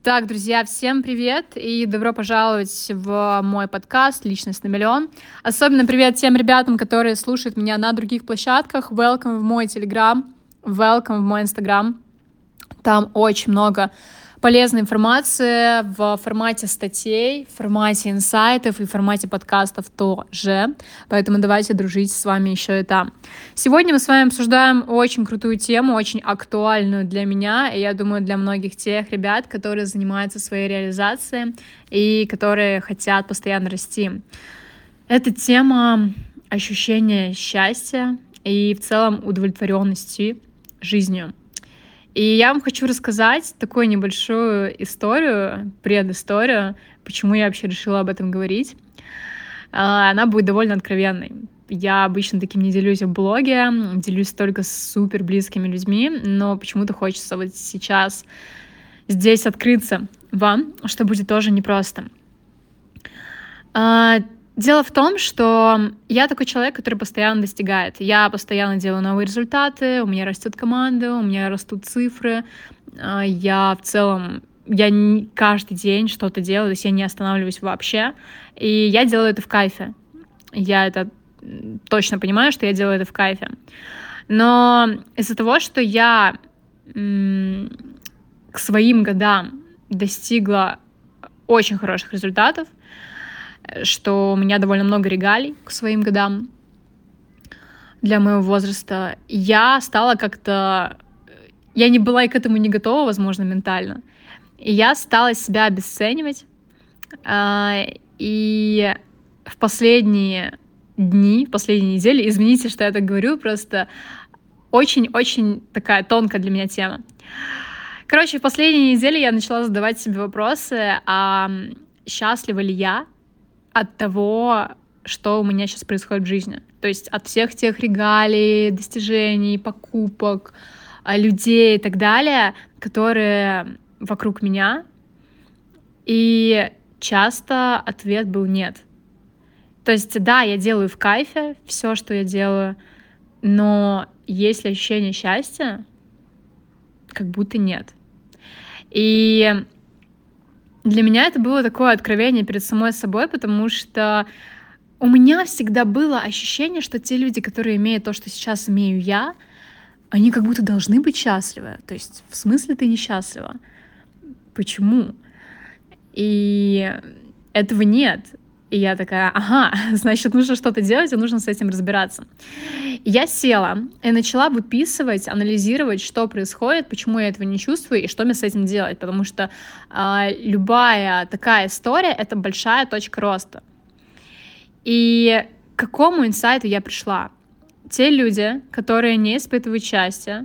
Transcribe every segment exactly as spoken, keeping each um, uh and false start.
Так, друзья, всем привет и добро пожаловать в мой подкаст «Личность на миллион». Особенно привет тем ребятам, которые слушают меня на других площадках. Welcome в мой Telegram, welcome в мой Instagram. Там очень много полезной информации в формате статей, в формате инсайтов и в формате подкастов тоже. Поэтому давайте дружить с вами еще и там. Сегодня мы с вами обсуждаем очень крутую тему, очень актуальную для меня, и я думаю, для многих тех ребят, которые занимаются своей реализацией и которые хотят постоянно расти. Это тема ощущения счастья и в целом удовлетворенности жизнью. И я вам хочу рассказать такую небольшую историю, предысторию, почему я вообще решила об этом говорить. Она будет довольно откровенной. Я обычно таким не делюсь в блоге, делюсь только с супер близкими людьми, но почему-то хочется вот сейчас здесь открыться вам, что будет тоже непросто. Дело в том, что я такой человек, который постоянно достигает. Я постоянно делаю новые результаты, у меня растет команда, у меня растут цифры. Я в целом, я не каждый день что-то делаю, то есть я не останавливаюсь вообще. И я делаю это в кайфе. Я это точно понимаю, что я делаю это в кайфе. Но из-за того, что я м- к своим годам достигла очень хороших результатов, что у меня довольно много регалий к своим годам для моего возраста, я стала как-то... Я не была и к этому не готова, возможно, ментально. И я стала себя обесценивать. И в последние дни, в последние недели, извините, что я так говорю, просто очень-очень такая тонкая для меня тема. Короче, в последние недели я начала задавать себе вопросы, а счастлива ли я от того, что у меня сейчас происходит в жизни. То есть от всех тех регалий, достижений, покупок, людей и так далее, которые вокруг меня. И часто ответ был нет. То есть да, я делаю в кайфе все, что я делаю, но есть ли ощущение счастья? Как будто нет. И для меня это было такое откровение перед самой собой, потому что у меня всегда было ощущение, что те люди, которые имеют то, что сейчас имею я, они как будто должны быть счастливы. То есть в смысле ты несчастлива? Почему? И этого нет. И я такая, ага, значит, нужно что-то делать, и нужно с этим разбираться. Я села и начала выписывать, анализировать, что происходит, почему я этого не чувствую и что мне с этим делать. Потому что э, любая такая история — это большая точка роста. И к какому инсайту я пришла? Те люди, которые не испытывают счастья,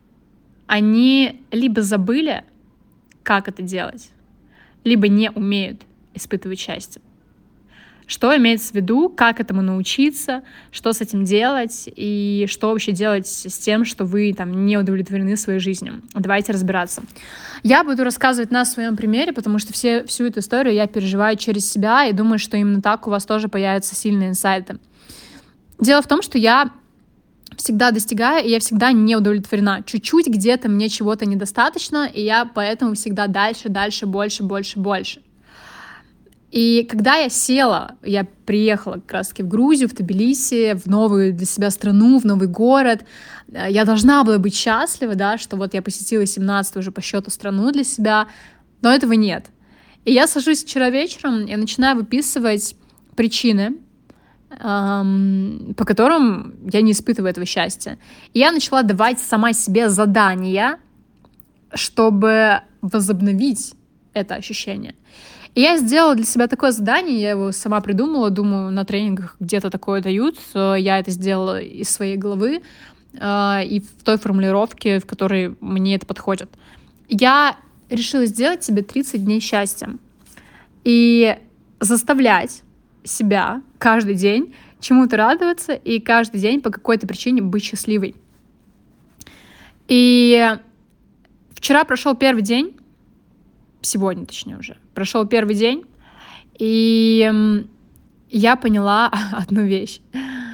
они либо забыли, как это делать, либо не умеют испытывать счастье. Что имеется в виду, как этому научиться, что с этим делать и что вообще делать с тем, что вы там не удовлетворены своей жизнью. Давайте разбираться. Я буду рассказывать на своем примере, потому что все, всю эту историю я переживаю через себя и думаю, что именно так у вас тоже появятся сильные инсайты. Дело в том, что я всегда достигаю, и я всегда не удовлетворена. Чуть-чуть где-то мне чего-то недостаточно, и я поэтому всегда дальше, дальше, больше, больше, больше. И когда я села, я приехала как раз-таки в Грузию, в Тбилиси, в новую для себя страну, в новый город, я должна была быть счастлива, да, что вот я посетила семнадцатую уже по счету страну для себя, но этого нет. И я сажусь вчера вечером и начинаю выписывать причины, эм, по которым я не испытываю этого счастья. И я начала давать сама себе задания, чтобы возобновить это ощущение. И я сделала для себя такое задание, я его сама придумала, думаю, на тренингах где-то такое дают. Я это сделала из своей головы э, и в той формулировке, в которой мне это подходит. Я решила сделать себе тридцать дней счастья и заставлять себя каждый день чему-то радоваться и каждый день по какой-то причине быть счастливой. И вчера прошел первый день, сегодня, точнее, уже прошел первый день, и я поняла одну вещь.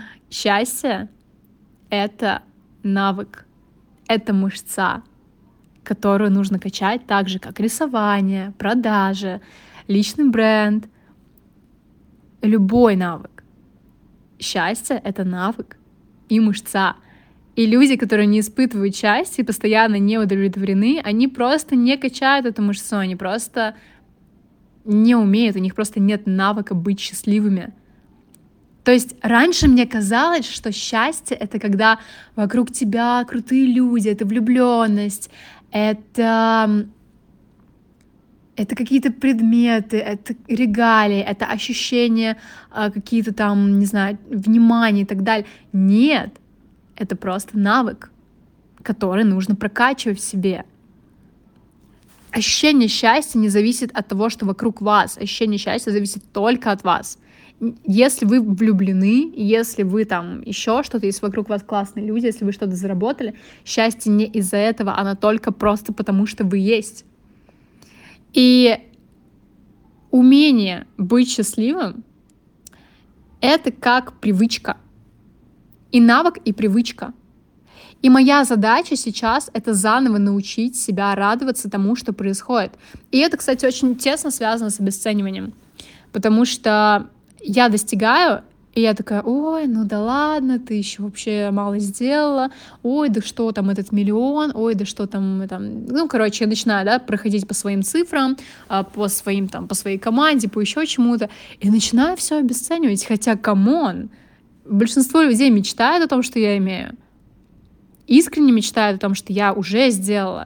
Счастье — это навык, это мышца, которую нужно качать так же, как рисование, продажи, личный бренд, любой навык. Счастье — это навык и мышца. И люди, которые не испытывают счастья и постоянно не удовлетворены, они просто не качают эту мышцу, они просто не умеют, у них просто нет навыка быть счастливыми. То есть раньше мне казалось, что счастье — это когда вокруг тебя крутые люди, это влюбленность, это, это какие-то предметы, это регалии, это ощущение а, какие-то там, не знаю, внимания и так далее. Нет, это просто навык, который нужно прокачивать в себе. Ощущение счастья не зависит от того, что вокруг вас. Ощущение счастья зависит только от вас. Если вы влюблены, если вы там еще что-то, если вокруг вас классные люди, если вы что-то заработали, счастье не из-за этого, оно только просто потому, что вы есть. И умение быть счастливым — это как привычка. И навык, и привычка. И моя задача сейчас — это заново научить себя радоваться тому, что происходит. И это, кстати, очень тесно связано с обесцениванием. Потому что я достигаю, и я такая: ой, ну да ладно, ты еще вообще мало сделала, ой, да что там этот миллион, ой, да что там, там... Ну, короче, я начинаю, да, проходить по своим цифрам, по своим, там, по своей команде, по еще чему-то, и начинаю все обесценивать, хотя, камон, большинство людей мечтают о том, что я имею, искренне мечтают о том, что я уже сделала.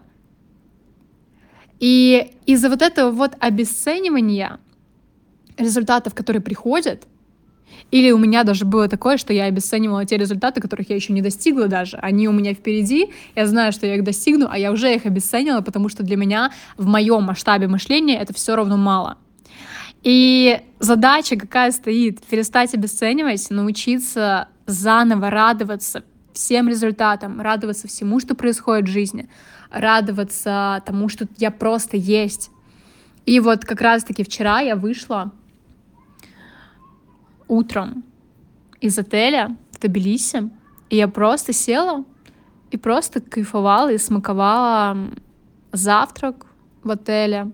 И из-за вот этого вот обесценивания результатов, которые приходят, или у меня даже было такое, что я обесценивала те результаты, которых я еще не достигла даже. Они у меня впереди, я знаю, что я их достигну, а я уже их обесценила, потому что для меня в моем масштабе мышления это все равно мало. И задача какая стоит? Перестать обесценивать, научиться заново радоваться всем результатам, радоваться всему, что происходит в жизни, радоваться тому, что я просто есть. И вот как раз-таки вчера я вышла утром из отеля в Тбилиси, и я просто села и просто кайфовала и смаковала завтрак в отеле,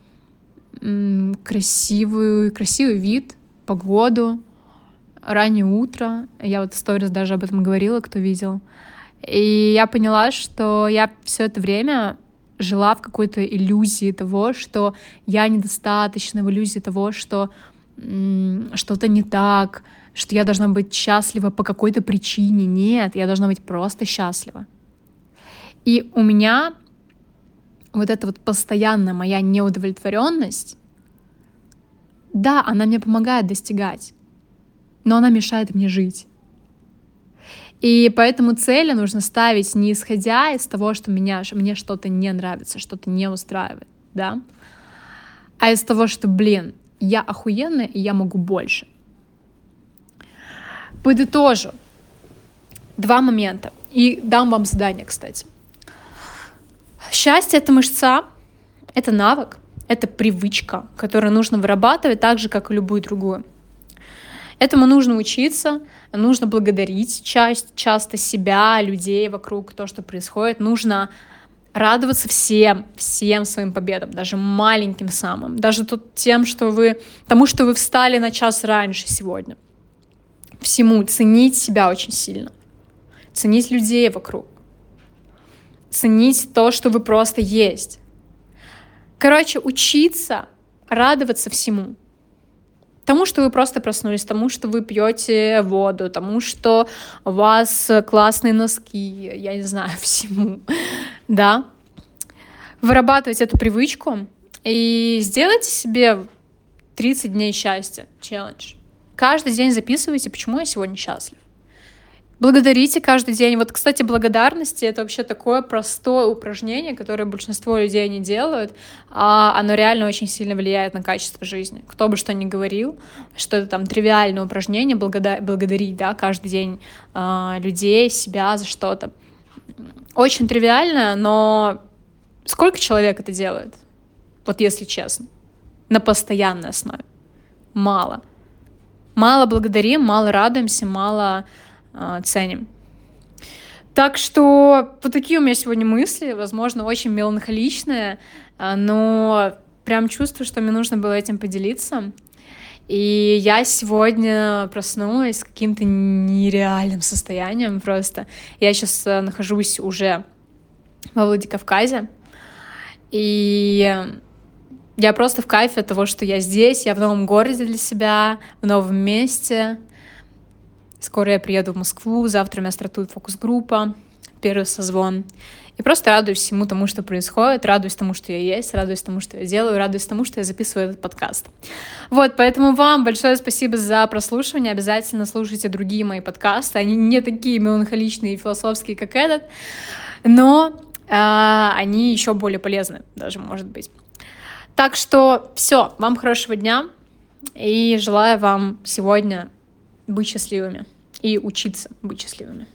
красивый, красивый вид, погоду, раннее утро. Я вот в сторис даже об этом говорила, кто видел. И я поняла, что я все это время жила в какой-то иллюзии того, что я недостаточна, в иллюзии того, что м- что-то не так, что я должна быть счастлива по какой-то причине. Нет, я должна быть просто счастлива. И у меня вот эта вот постоянная моя неудовлетворенность, да, она мне помогает достигать, но она мешает мне жить. И поэтому цели нужно ставить не исходя из того, что меня, мне что-то не нравится, что-то не устраивает, да, а из того, что, блин, я охуенная, и я могу больше. Подытожу два момента и дам вам задание, кстати. Счастье — это мышца, это навык, это привычка, которую нужно вырабатывать так же, как и любую другую. Этому нужно учиться, нужно благодарить часть, часто себя, людей вокруг, то, что происходит. Нужно радоваться всем, всем своим победам, даже маленьким самым, даже тут тем, что вы, тому, что вы встали на час раньше сегодня. Всему ценить себя очень сильно, ценить людей вокруг, ценить то, что вы просто есть. Короче, учиться радоваться всему. Тому, что вы просто проснулись, тому, что вы пьете воду, тому, что у вас классные носки, я не знаю, всему, да. Вырабатывать эту привычку и сделайте себе тридцать дней счастья, челлендж. Каждый день записывайте, почему я сегодня счастлив. Благодарите каждый день. Вот, кстати, благодарности — это вообще такое простое упражнение, которое большинство людей не делают, а оно реально очень сильно влияет на качество жизни. Кто бы что ни говорил, что это там тривиальное упражнение, благодар- благодарить, да, каждый день э, людей, себя за что-то. Очень тривиально, но сколько человек это делает? Вот если честно. На постоянной основе. Мало. Мало благодарим, мало радуемся, мало ценим. Так что вот такие у меня сегодня мысли, возможно, очень меланхоличные, а, но прям чувствую, что мне нужно было этим поделиться. И я сегодня проснулась с каким-то нереальным состоянием просто. Я сейчас нахожусь уже во Владикавказе, и я просто в кайфе от того, что я здесь, я в новом городе для себя, в новом месте. Скоро я приеду в Москву, завтра у меня стартует фокус-группа, первый созвон. И просто радуюсь всему тому, что происходит, радуюсь тому, что я есть, радуюсь тому, что я делаю, радуюсь тому, что я записываю этот подкаст. Вот, поэтому вам большое спасибо за прослушивание. Обязательно слушайте другие мои подкасты. Они не такие меланхоличные и философские, как этот, но э, они еще более полезны даже, может быть. Так что все, вам хорошего дня и желаю вам сегодня быть счастливыми и учиться быть счастливыми.